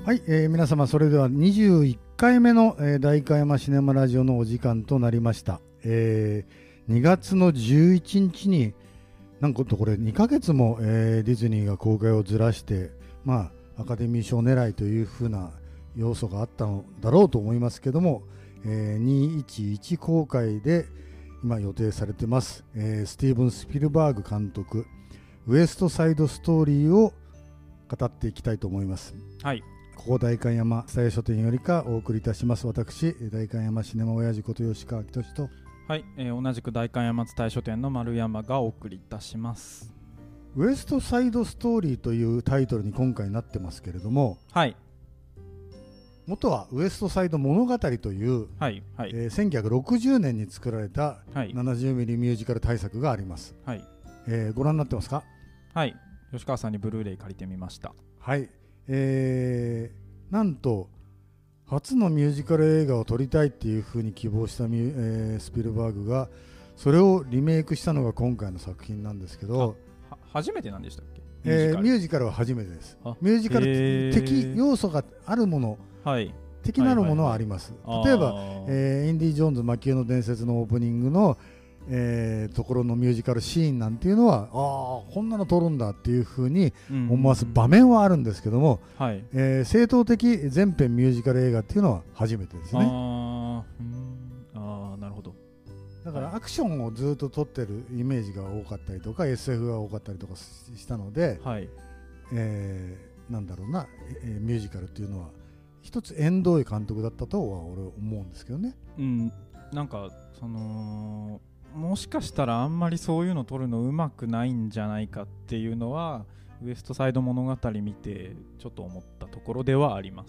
はい、皆様それでは21回目の、代官山シネマラジオのお時間となりました。2月の11日になんかこれ2ヶ月も、ディズニーが公開をずらして、アカデミー賞狙いというふうな要素があったのだろうと思いますけども、211公開で今予定されてます、スティーブン・スピルバーグ監督ウエストサイドストーリーを語っていきたいと思います。 はい、 ここ代官山蔦屋書店よりかお送りいたします。私代官山シネマ親父こと吉川仁と、 はい、同じく代官山蔦屋書店の丸山がお送りいたします。 ウエストサイドストーリーというタイトルに今回なってますけれども、 はい、 元はウエストサイド物語という、 はいはい、 1960年に作られた70ミリミュージカル大作があります。 はい、 ご覧になってますか？ はい、吉川さんにブルーレイ借りてみました。 はい、なんと初のミュージカル映画を撮りたいっていうふうに希望した、スピルバーグがそれをリメイクしたのが今回の作品なんですけど、 初めてなんでしたっけ？ ミュージカルは初めてです。ミュージカル的要素があるもの、 はい、 的なるものはあります。例えば、インディ・ジョーンズ魔球の伝説のオープニングの、ところのミュージカルシーンなんていうのはこんなの撮るんだっていうふうに思わす場面はあるんですけども、 はい、 正統的全編ミュージカル映画っていうのは初めてですね。 なるほど。 だからアクションをずっと撮ってるイメージが多かったりとか SF が多かったりとかしたので、 はい、 なんだろうな、ミュージカルっていうのは一つ縁遠い監督だったとは俺思うんですけどね。 なんかもしかしたらあんまりそういうの撮るのうまくないんじゃないかっていうのはウエストサイド物語見てちょっと思ったところではあります。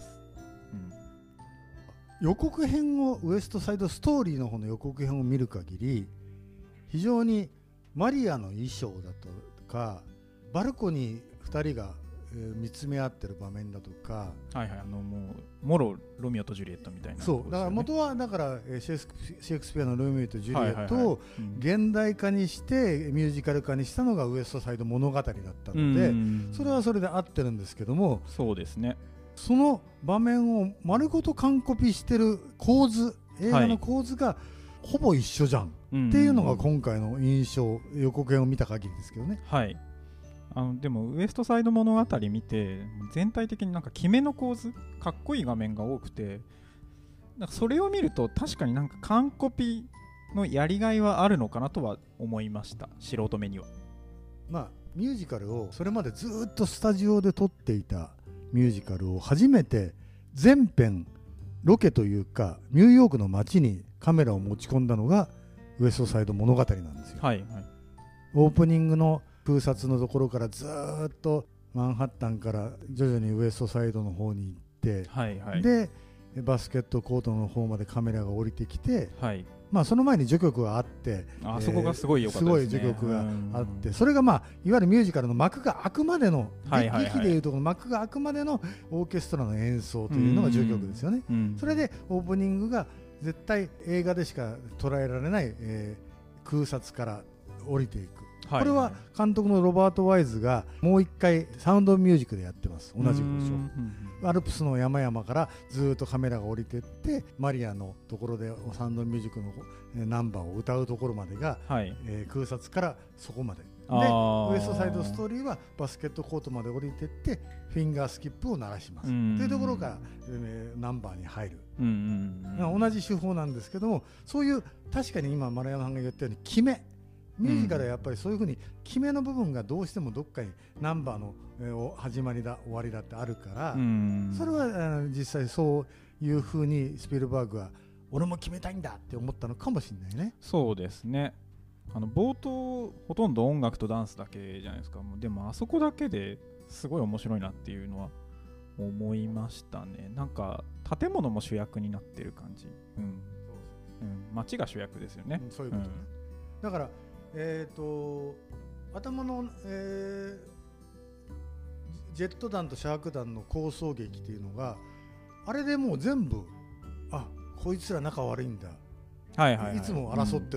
予告編をウエストサイドストーリーの方の予告編を見る限り非常にマリアの衣装だとかバルコニー2人が見つめ合ってる場面だとか、 もろロミオとジュリエットみたいな、 そうだから元はだからシェイクスピアのロミオとジュリエットを現代化にしてミュージカル化にしたのがウエストサイド物語だったので、それはそれで合ってるんですけども、 そうですね、その場面を丸ごと完コピしてる構図、映画の構図がほぼ一緒じゃんっていうのが今回の印象、予告編を見た限りですけどね。 はい、でもウエストサイド物語見て全体的になんか決めの構図かっこいい画面が多くて、なんかそれを見ると確かになんか完コピのやりがいはあるのかなとは思いました、素人目には。 ミュージカルをそれまでずっとスタジオで撮っていたミュージカルを初めて全編ロケというかニューヨークの街にカメラを持ち込んだのがウエストサイド物語なんですよ。 はいはい、 オープニングの空撮のところからずっとマンハッタンから徐々にウエストサイドの方に行って、でバスケットコートの方までカメラが降りてきて、その前に序曲があって、 そこがすごい良かったですね。 すごい序曲があって、それがいわゆるミュージカルの幕が開くまでの、劇でいうと幕が開くまでのオーケストラの演奏というのが序曲ですよね。それでオープニングが絶対映画でしか捉えられない、空撮から降りていく。これは監督のロバート・ワイズがもう一回サウンドミュージックでやってます。同じ場所、アルプスの山々からずっとカメラが降りていってマリアのところでサウンドミュージックのナンバーを歌うところまでが、空撮からそこまでで、ウエストサイドストーリーはバスケットコートまで降りていってフィンガースキップを鳴らしますというところから、ナンバーに入る、同じ手法なんですけども、そういう確かに今丸山さんが言ったように決め、ミュージカルはやっぱりそういうふうに決めの部分がどうしてもどっかにナンバーの始まりだ終わりだってあるから、それは実際そういうふうにスピルバーグは俺も決めたいんだって思ったのかもしれないね。 そうですね。冒頭ほとんど音楽とダンスだけじゃないですか。でもあそこだけですごい面白いなっていうのは思いましたね。なんか建物も主役になってる感じ、街が主役ですよね。 そういうことね。だから頭の、ジェット弾とシャーク弾の抗争劇っていうのがあれでもう全部こいつら仲悪いんだ、いつも争ってるんだ、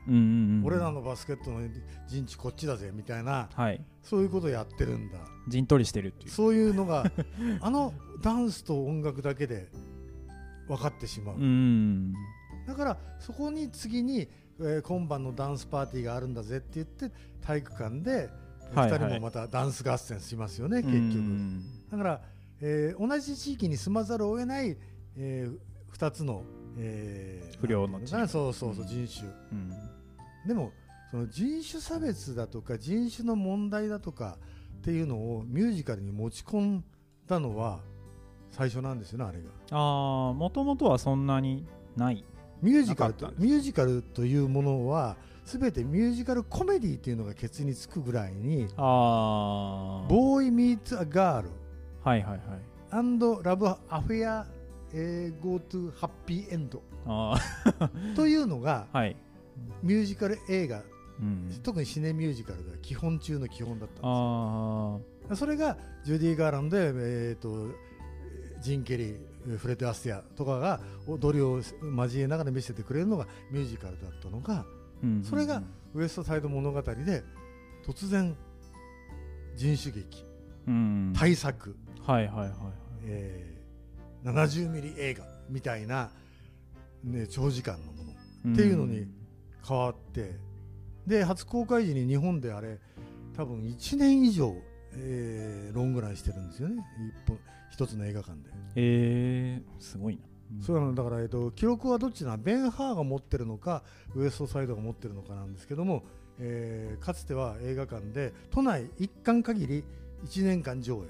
俺らのバスケットの陣地こっちだぜみたいな、 はい、 そういうことをやってるんだ、 陣取りしてるっていう、 そういうのがダンスと音楽だけで分かってしまう、だからそこに次に、今晩のダンスパーティーがあるんだぜって言って体育館で2人もまたダンス合戦しますよね、結局。だから、同じ地域に住まざるを得ない、2つの、 不良の地域、 そう人種、でもその人種差別だとか人種の問題だとかっていうのをミュージカルに持ち込んだのは最初なんですよね、あれが。 もともとはそんなにないミュージカルというものは全てミュージカルコメディっていうのがケツにつくぐらいに、ボーイミーツアガール、アンドラブアフェア、ゴートゥハッピーエンドというのが、ミュージカル映画、特にシネミュージカルが基本中の基本だったんですよ。それがジュディ・ガーランドで、ジン・ケリー、フレッド・アスティアとかが踊りを交えながら見せてくれるのがミュージカルだったのが、それがウエストサイド物語で突然人種劇、大作、70ミリ映画みたいな、長時間のものっていうのに変わって、で初公開時に日本であれ多分1年以上、ロングランしてるんですよね、一つの映画館で。 すごいな。 そうなのだから、記録はどっちな、ベン・ハーが持ってるのかウエストサイドが持ってるのかなんですけども、かつては映画館で都内一館限り1年間上映、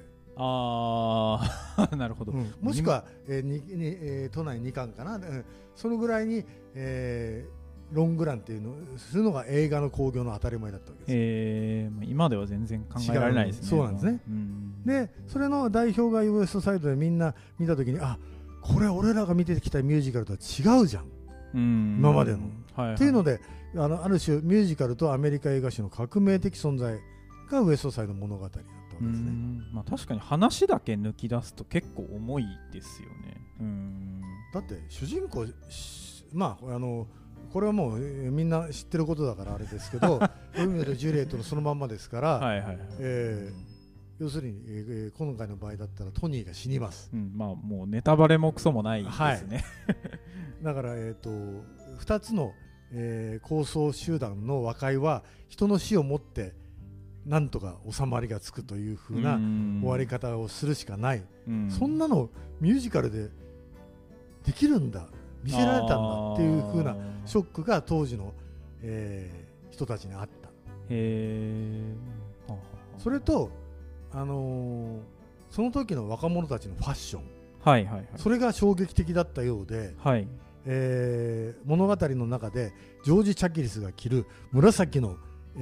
なるほど、 もしくは、都内2館かな、そのぐらいに、ロングランっていうのをするのが映画の興行の当たり前だったわけです。 今では全然考えられないですね。 そうなんですね。でそれの代表がウエストサイドでみんな見たときに、これ俺らが見てきたミュージカルとは違うじゃん、今までの、っていうので、ある種ミュージカルとアメリカ映画史の革命的存在がウエストサイド物語だったわけですね。 確かに話だけ抜き出すと結構重いですよね。 だって主人公、これはもう、みんな知ってることだからあれですけどロミオとジュリエットのそのまんまですから、要するに、今回の場合だったらトニーが死にます、 もうネタバレもクソもないですね、 だから、2つの、抗争集団の和解は人の死をもってなんとか収まりがつくというふうな終わり方をするしかない、そんなのミュージカルでできるんだ、見せられたんだっていうふうなショックが当時の、人たちにあった。それと、その時の若者たちのファッション、それが衝撃的だったようで、物語の中でジョージ・チャキリスが着る紫の、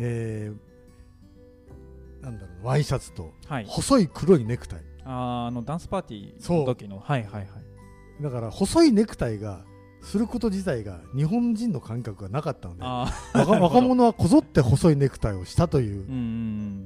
ワイシャツと細い黒いネクタイ、 ダンスパーティーの時の、 だから細いネクタイがすること自体が日本人の感覚がなかったので、若者はこぞって細いネクタイをしたという、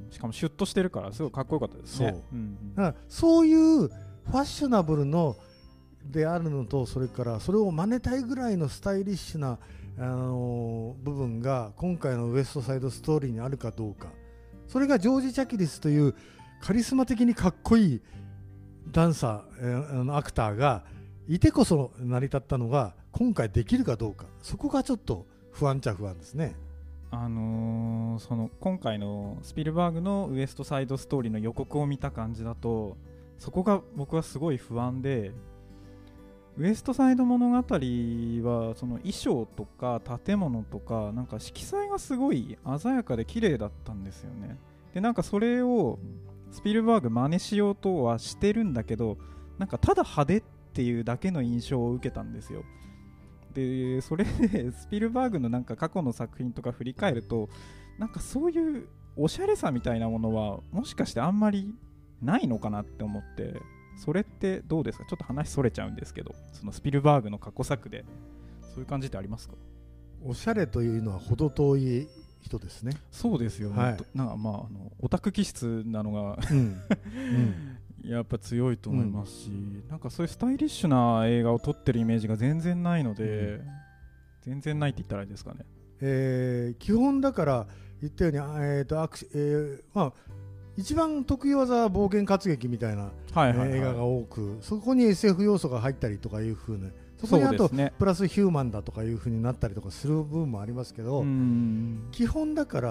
しかもシュッとしてるからすごいかっこよかったですね。 だからそういうファッショナブルのであるのと、それからそれを真似たいぐらいのスタイリッシュな、部分が今回のウエストサイドストーリーにあるかどうか、それがジョージ・チャキリスというカリスマ的にかっこいいダンサー、アクターがいてこそ成り立ったのが今回できるかどうか、そこがちょっと不安っちゃ不安ですね。 その今回のスピルバーグのウエストサイドストーリーの予告を見た感じだと、そこが僕はすごい不安で、ウエストサイド物語はその衣装とか建物とかなんか色彩がすごい鮮やかで綺麗だったんですよね。でなんかそれをスピルバーグ真似しようとはしてるんだけど、なんかただ派手っていうだけの印象を受けたんですよ。でそれでスピルバーグのなんか過去の作品とか振り返ると、なんかそういうおしゃれさみたいなものはもしかしてあんまりないのかなって思って、それってどうですか？ちょっと話それちゃうんですけど、そのスピルバーグの過去作でそういう感じってありますか？ おしゃれというのは程遠い人ですね。 そうですよね、なんかオタク気質なのがやっぱ強いと思いますし、なんかそういうスタイリッシュな映画を撮ってるイメージが全然ないので、全然ないって言ったらあれですかね。 基本だから言ったように、まあ、一番得意技は冒険活劇みたいな、映画が多く、そこに SF 要素が入ったりとかいう風な、そこにあとプラスヒューマンだとかいう風になったりとかする部分もありますけど、基本だから、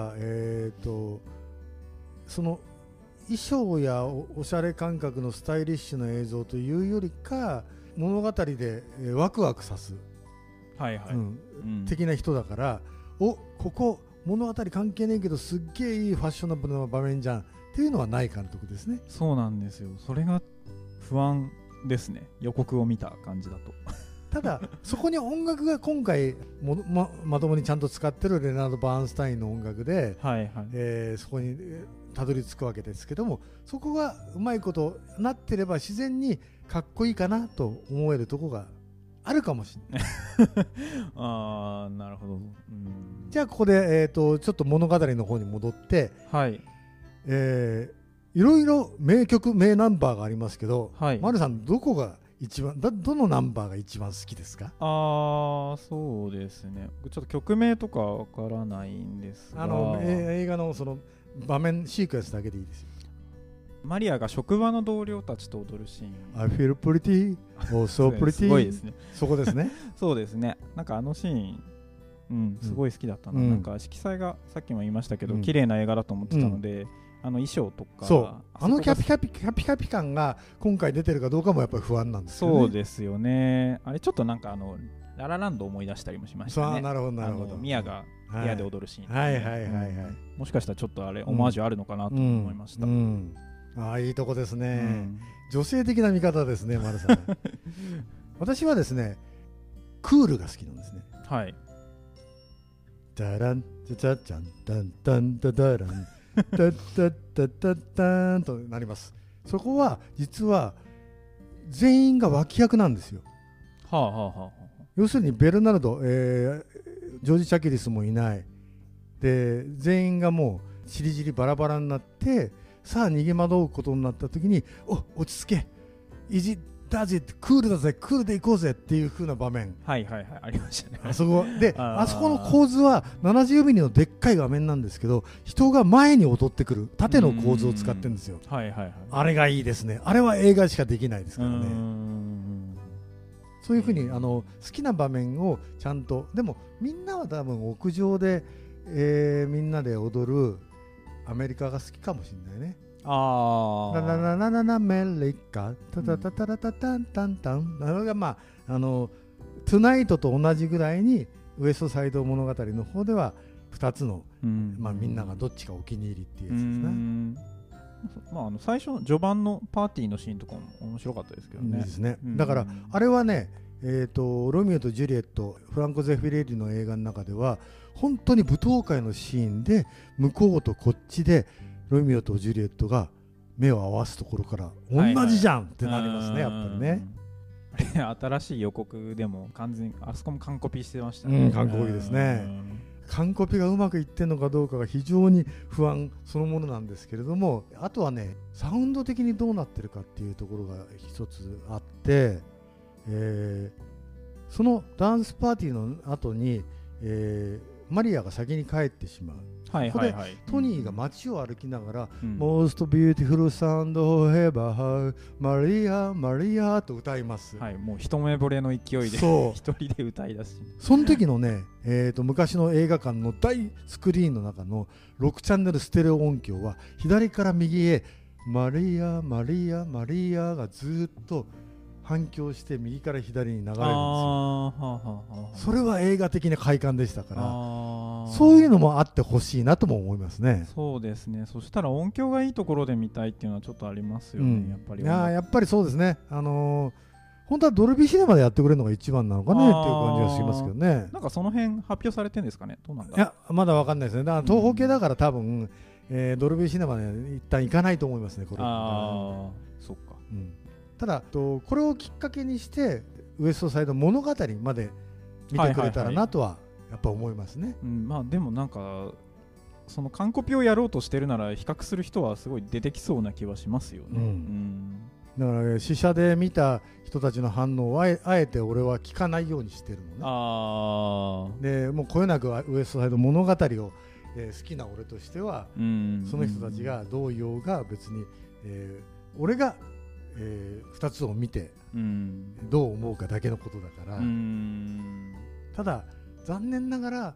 その衣装や おしゃれ感覚のスタイリッシュな映像というよりか物語で、ワクワクさす、的な人だから、ここ物語関係ねえけどすっげえいいファッショナブルな場面じゃんっていうのはない監督ですね。 そうなんですよ。それが不安ですね、予告を見た感じだと。 ただそこに音楽が今回まともにちゃんと使ってるレナード・バーンスタインの音楽で、そこにたどり着くわけですけども、そこがうまいことなってれば自然にかっこいいかなと思えるところがあるかもしれない。 ああ、なるほど。 じゃあここで、ちょっと物語の方に戻って、いろいろ名曲名ナンバーがありますけど、丸さんどこが一番どのナンバーが一番好きですか？ そうですね、ちょっと曲名とかわからないんですが、 映画のその場面シークエンスだけでいいですよ。 マリアが職場の同僚たちと踊るシーン。 I feel pretty, oh so pretty すごいですね。 そこですね。 そうですね。なんかあのシーン、すごい好きだったな。なんか色彩がさっきも言いましたけど、綺麗な映画だと思ってたので、衣装とか、 あのキャピキャピ感が今回出てるかどうかもやっぱり不安なんですよね。 そうですよね。あれちょっとなんかララランドを思い出したりもしましたね。 なるほどなるほど。 ミアが部屋で踊るシーン。もしかしたらちょっとあれオマージュあるのかなと思いました。 いいとこですね。女性的な見方ですね、丸さん。私はですね、クールが好きなんですね。ダランチャチャチャンダンダンダダランダッダッダッダッダンとなります。そこは実は全員が脇役なんですよ。要するにベルナルド、ジョージ・チャキリスもいないで、全員がもうちりぢりバラバラになって、さあ逃げ惑うことになった時に、落ち着け、意地だぜ、クールだぜ、クールで行こうぜっていう風な場面、 ありましたね。 あそこの構図は70ミリのでっかい画面なんですけど、人が前に踊ってくる縦の構図を使ってるんですよ。あれがいいですね。あれは映画しかできないですからね。そういう風に好きな場面をちゃんと、でもみんなは多分屋上で、みんなで踊るアメリカが好きかもしれないね。ララララララメリカタタタタタタタンタンタン、あれがまあトゥナイトと同じぐらいにウエストサイド物語の方では2つの、まあみんながどっちかお気に入りっていうやつですね。 まあ最初の序盤のパーティーのシーンとかも面白かったですけどね。 ですね。だからあれはね、ロミオとジュリエット、フランコ・ゼフィレリの映画の中では本当に舞踏会のシーンで、向こうとこっちでロミオとジュリエットが目を合わすところから同じじゃんってなりますね、やっぱりね。 新しい予告でも完全にあそこも完コピしてましたね。 完コピですね。完コピがうまくいってるのかどうかが非常に不安そのものなんですけれども、あとはね、サウンド的にどうなってるかっていうところが一つあって、そのダンスパーティーの後に、マリアが先に帰ってしまう。トニーが街を歩きながら、Most Beautiful Sound of Ever Maria Maria と歌います。 もう一目惚れの勢いで一人で歌い出す。 その時のね、昔の映画館の大スクリーンの中の6チャンネルステレオ音響は左から右へマリアマリアマリアがずっと反響して右から左に流れるんですよ。それは映画的な快感でしたから、そういうのもあってほしいなとも思いますね。 そうですね。そしたら音響がいいところで見たいっていうのはちょっとありますよね、やっぱり。 やっぱりそうですね。本当はドルビーシネマでやってくれるのが一番なのかねっていう感じがしますけどね。 なんかその辺発表されてるんですかね。どうなんだ。 いや、まだわかんないですね。だから東宝系だから多分、ドルビーシネマで一旦行かないと思いますね、これ。 そっか。 ただこれをきっかけにしてウエストサイド物語まで見てくれたらなとはやっぱ思いますね。 まあでもなんかその完コピをやろうとしてるなら比較する人はすごい出てきそうな気はしますよね。 だから試写で見た人たちの反応をあえて俺は聞かないようにしてるのね。でもうこよなくウエストサイド物語を、好きな俺としては、その人たちがどう言おうが別に、俺が、2つを見て、どう思うかだけのことだから、ただ残念ながら、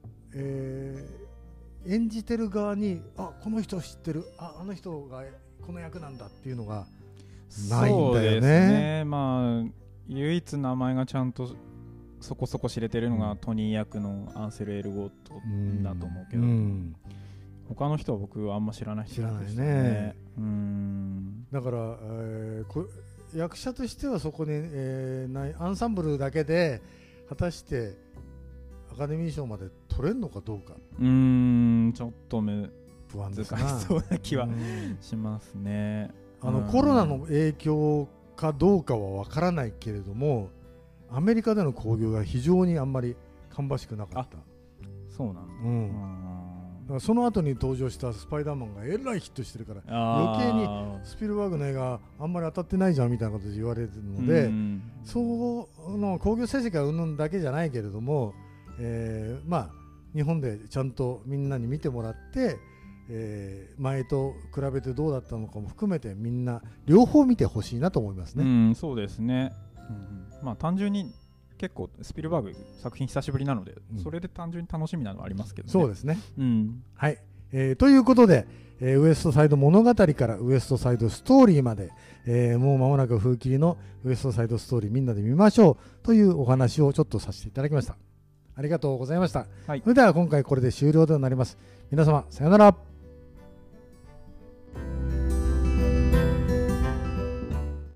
演じてる側にこの人知ってる、あの人がこの役なんだっていうのがないんだよね。そうですね。 まあ唯一名前がちゃんとそこそこ知れてるのがトニー役のアンセル・エルゴットだと思うけど、他の人は僕はあんま知らない人ですね。 だから、役者としてはそこに、アンサンブルだけで果たしてアカデミー賞まで取れるのかどうか、 ちょっと不安ですなそうな気はしますね。 コロナの影響かどうかは分からないけれども、アメリカでの興行が非常にあんまり芳しくなかった。 そうなんだ。 だからその後に登場したスパイダーマンがえらいヒットしてるから余計にスピルバーグの映画あんまり当たってないじゃんみたいなことで言われるので、その興行成績がうんぬんだけじゃないけれども、まあ日本でちゃんとみんなに見てもらって、前と比べてどうだったのかも含めてみんな両方見てほしいなと思いますね。 そうですね。まあ単純に結構スピルバーグ作品久しぶりなので、それで単純に楽しみなのはありますけどね。 そうですね。はい、ということで、ウエストサイド物語からウエストサイドストーリーまで、もう間もなく封切りのウエストサイドストーリーみんなで見ましょうというお話をちょっとさせていただきました。ありがとうございました。それでは今回これで終了となります。皆様さようなら。